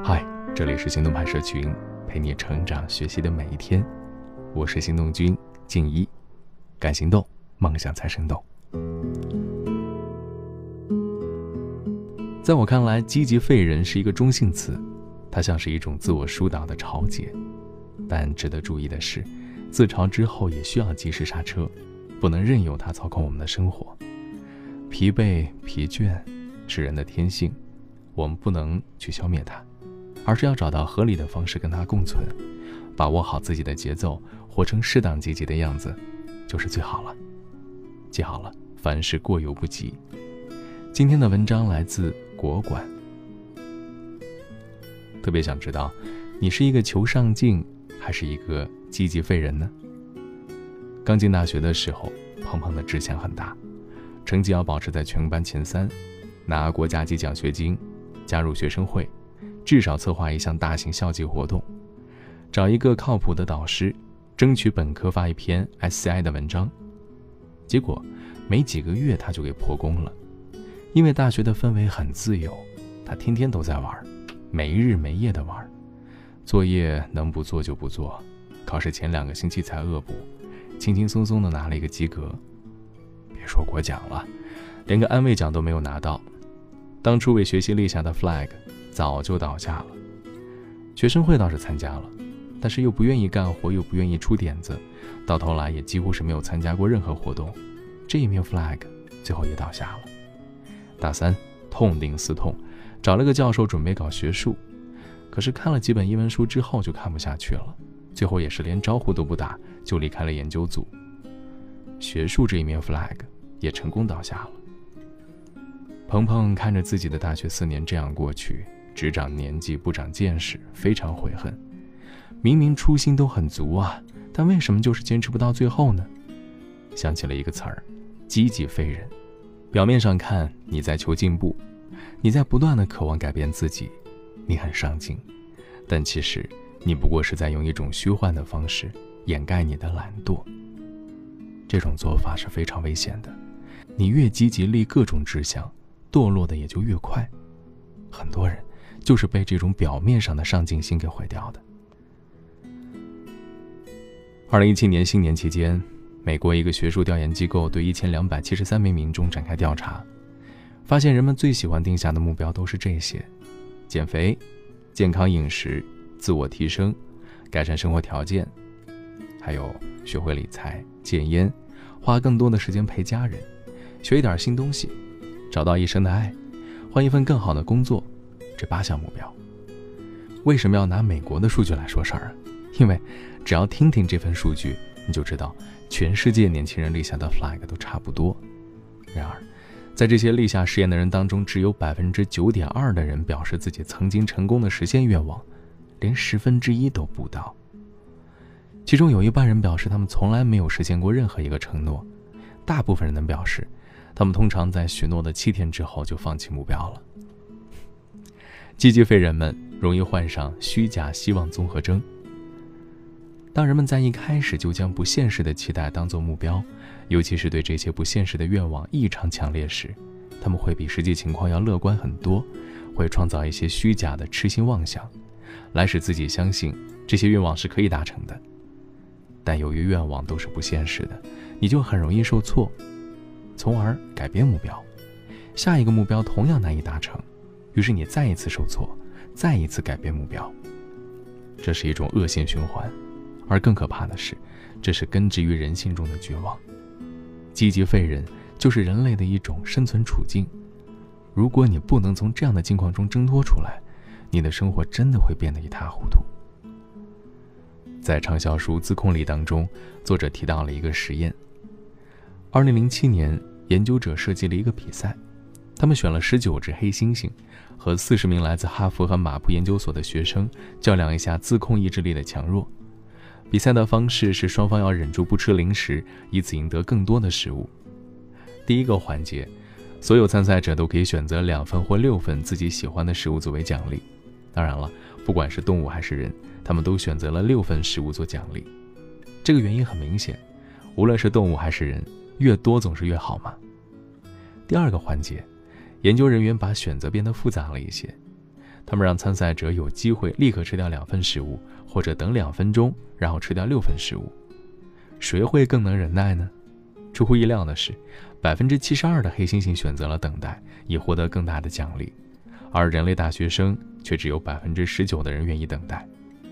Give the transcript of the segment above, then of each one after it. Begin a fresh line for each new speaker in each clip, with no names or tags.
嗨，这里是行动派社群，陪你成长学习的每一天。我是行动君静一，敢行动，梦想才生动。在我看来，积极废人是一个中性词，它像是一种自我疏导的潮解。但值得注意的是，自嘲之后也需要及时刹车，不能任由它操控我们的生活。疲惫、疲倦是人的天性，我们不能去消灭它，而是要找到合理的方式跟它共存，把握好自己的节奏，活成适当积极的样子，就是最好了。记好了，凡事过犹不及。今天的文章来自国馆。特别想知道，你是一个求上进，还是一个积极废人呢？刚进大学的时候，鹏鹏的志向很大，成绩要保持在全班前3，拿国家级奖学金，加入学生会，至少策划一项大型校际活动，找一个靠谱的导师，争取本科发一篇 SCI 的文章。结果没几个月他就给破功了，因为大学的氛围很自由，他天天都在玩，没日没夜的玩，作业能不做就不做，考试前2个星期才恶补，轻轻松松的拿了一个及格。别说国奖了，连个安慰奖都没有拿到。当初为学习立下的 flag 早就倒下了。学生会倒是参加了，但是又不愿意干活，又不愿意出点子，到头来也几乎是没有参加过任何活动，这一面 flag 最后也倒下了。大3痛定思痛，找了个教授准备搞学术，可是看了几本英文书之后就看不下去了，最后也是连招呼都不打就离开了研究组。学术这一面 flag 也成功倒下了。鹏鹏看着自己的大学4年这样过去，只长年纪不长见识，非常悔恨。明明初心都很足啊，但为什么就是坚持不到最后呢？想起了一个词儿，积极废人。表面上看你在求进步，你在不断地渴望改变自己，你很上进，但其实你不过是在用一种虚幻的方式掩盖你的懒惰。这种做法是非常危险的，你越积极立各种志向，堕落的也就越快。很多人就是被这种表面上的上进心给毁掉的。2017年新年期间，美国一个学术调研机构对1273名民众展开调查，发现人们最喜欢定下的目标都是这些：减肥、健康饮食、自我提升、改善生活条件，还有学会理财、戒烟，花更多的时间陪家人，学一点新东西，找到一生的爱，换一份更好的工作，这8项目标。为什么要拿美国的数据来说事儿啊？因为只要听听这份数据，你就知道全世界年轻人立下的 flag 都差不多。然而在这些立下誓言的人当中，只有 9.2% 的人表示自己曾经成功的实现愿望，连1/10都不到。其中有一半人表示他们从来没有实现过任何一个承诺，大部分人表示他们通常在许诺的7天之后就放弃目标了。积极废人们容易患上虚假希望综合征。当人们在一开始就将不现实的期待当作目标，尤其是对这些不现实的愿望异常强烈时，他们会比实际情况要乐观很多，会创造一些虚假的痴心妄想，来使自己相信这些愿望是可以达成的。但由于愿望都是不现实的，你就很容易受挫，从而改变目标，下一个目标同样难以达成，于是你再一次受挫，再一次改变目标，这是一种恶性循环。而更可怕的是，这是根植于人性中的绝望。积极废人就是人类的一种生存处境，如果你不能从这样的境况中挣脱出来，你的生活真的会变得一塌糊涂。在畅销书《自控力》当中，作者提到了一个实验。2007年，研究者设计了一个比赛，他们选了19只黑猩猩和40名来自哈佛和马普研究所的学生，较量一下自控意志力的强弱。比赛的方式是双方要忍住不吃零食，以此赢得更多的食物。第一个环节，所有参赛者都可以选择2份或6份自己喜欢的食物作为奖励。当然了，不管是动物还是人，他们都选择了6份食物做奖励。这个原因很明显，无论是动物还是人，越多总是越好嘛。第二个环节，研究人员把选择变得复杂了一些。 他们让参赛者有机会立刻吃掉2份食物，或者等2分钟，然后吃掉6份食物。谁会更能忍耐呢？出乎意料的是，72%的黑猩猩选择了等待，以获得更大的奖励，而人类大学生却只有19%的人愿意等待。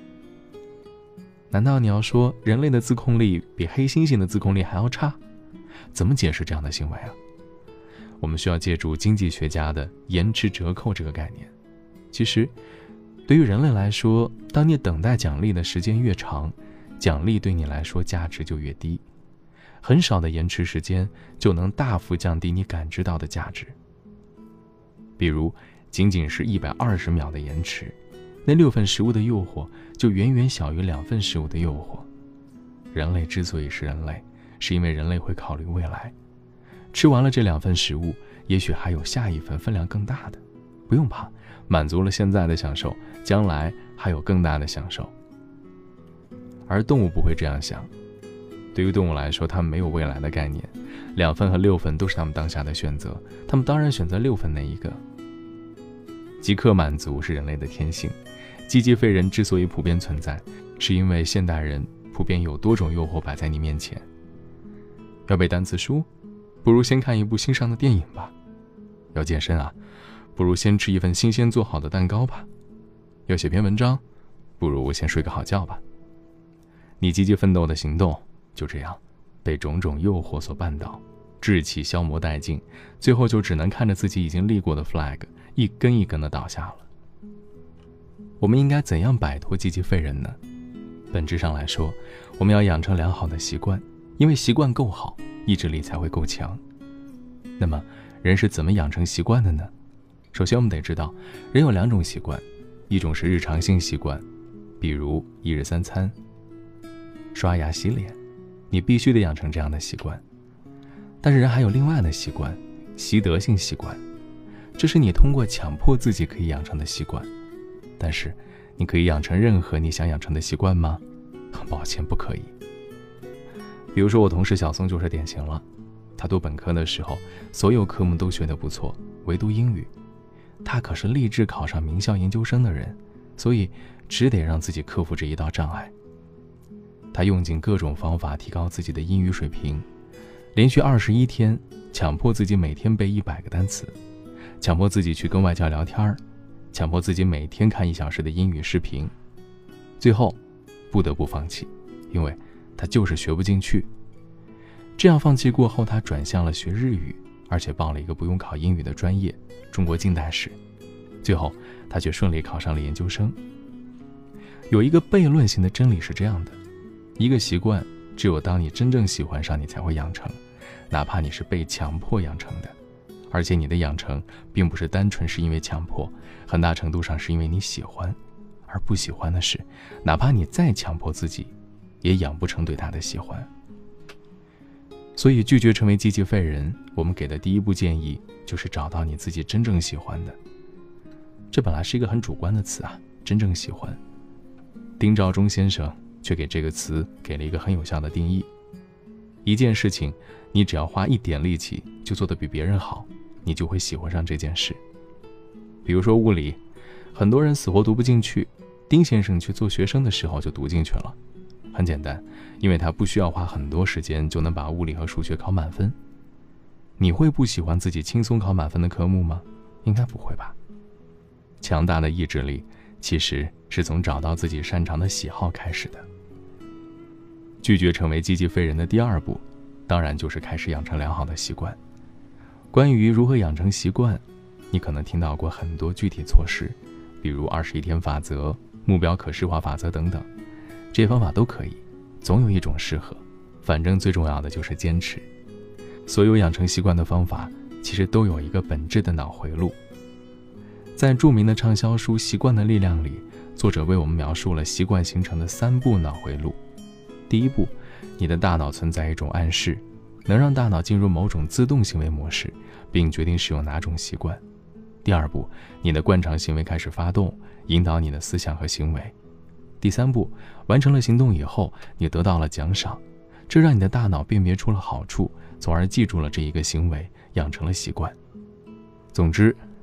难道你要说人类的自控力比黑猩猩的自控力还要差？怎么解释这样的行为啊？我们需要借助经济学家的延迟折扣这个概念。其实，对于人类来说，当你等待奖励的时间越长，奖励对你来说价值就越低。很少的延迟时间就能大幅降低你感知到的价值。比如，仅仅是120秒的延迟，那6份食物的诱惑就远远小于2份食物的诱惑。人类之所以是人类，是因为人类会考虑未来。吃完了这2份食物，也许还有下一份分量更大的，不用怕，满足了现在的享受，将来还有更大的享受。而动物不会这样想，对于动物来说，它们没有未来的概念，2份和6份都是它们当下的选择，它们当然选择6份那一个。即刻满足是人类的天性，积极废人之所以普遍存在，是因为现代人普遍有多种诱惑摆在你面前。要背单词书，不如先看一部新上的电影吧。要健身啊，不如先吃一份新鲜做好的蛋糕吧。要写篇文章，不如先睡个好觉吧。你积极奋斗的行动就这样被种种诱惑所绊倒，志气消磨殆尽，最后就只能看着自己已经立过的 flag 一根一根的倒下了。我们应该怎样摆脱积极废人呢？本质上来说，我们要养成良好的习惯，因为习惯够好，意志力才会够强。那么人是怎么养成习惯的呢？首先我们得知道，人有2种习惯，一种是日常性习惯，比如1日3餐，刷牙洗脸，你必须得养成这样的习惯。但是人还有另外的习惯，习得性习惯，这是你通过强迫自己可以养成的习惯。但是你可以养成任何你想养成的习惯吗？抱歉，不可以。比如说我同事小松就是典型了，他读本科的时候，所有科目都学得不错，唯独英语。他可是立志考上名校研究生的人，所以只得让自己克服这一道障碍。他用尽各种方法提高自己的英语水平，连续21天强迫自己每天背100个单词，强迫自己去跟外教聊天，强迫自己每天看1小时的英语视频，最后不得不放弃，因为他就是学不进去。这样放弃过后，他转向了学日语，而且报了一个不用考英语的专业，中国近代史。最后他却顺利考上了研究生。有一个悖论性的真理是这样的，一个习惯只有当你真正喜欢上，你才会养成，哪怕你是被强迫养成的。而且你的养成并不是单纯是因为强迫，很大程度上是因为你喜欢。而不喜欢的是，哪怕你再强迫自己，也养不成对他的喜欢。所以拒绝成为积极废人，我们给的第一步建议就是找到你自己真正喜欢的。这本来是一个很主观的词啊，真正喜欢。丁肇中先生却给这个词给了一个很有效的定义。一件事情，你只要花一点力气就做得比别人好，你就会喜欢上这件事。比如说物理，很多人死活读不进去，丁先生去做学生的时候就读进去了。很简单，因为他不需要花很多时间就能把物理和数学考满分。你会不喜欢自己轻松考满分的科目吗？应该不会吧。强大的意志力其实是从找到自己擅长的喜好开始的。拒绝成为积极废人的第二步，当然就是开始养成良好的习惯。关于如何养成习惯，你可能听到过很多具体措施，比如21天法则、目标可视化法则等等，这些方法都可以，总有一种适合，反正最重要的就是坚持。所有养成习惯的方法其实都有一个本质的脑回路。在著名的畅销书《习惯的力量》里，作者为我们描述了习惯形成的3步脑回路。第一步，你的大脑存在一种暗示，能让大脑进入某种自动行为模式，并决定使用哪种习惯。第二步，你的惯常行为开始发动，引导你的思想和行为。第三步，完成了行动以后，你得到了奖赏，这让你的大脑辨别出了好处，从而记住了这一个行为，养成了习惯。总之，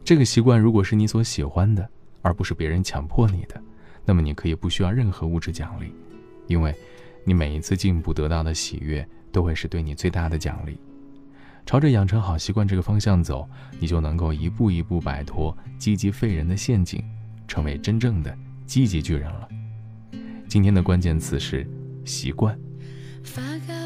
这个习惯如果是你所喜欢的，而不是别人强迫你的，那么你可以不需要任何物质奖励，因为你每一次进步得到的喜悦都会是对你最大的奖励。朝着养成好习惯这个方向走，你就能够一步一步摆脱积极废人的陷阱，成为真正的积极巨人了。今天的关键词是习惯。
发个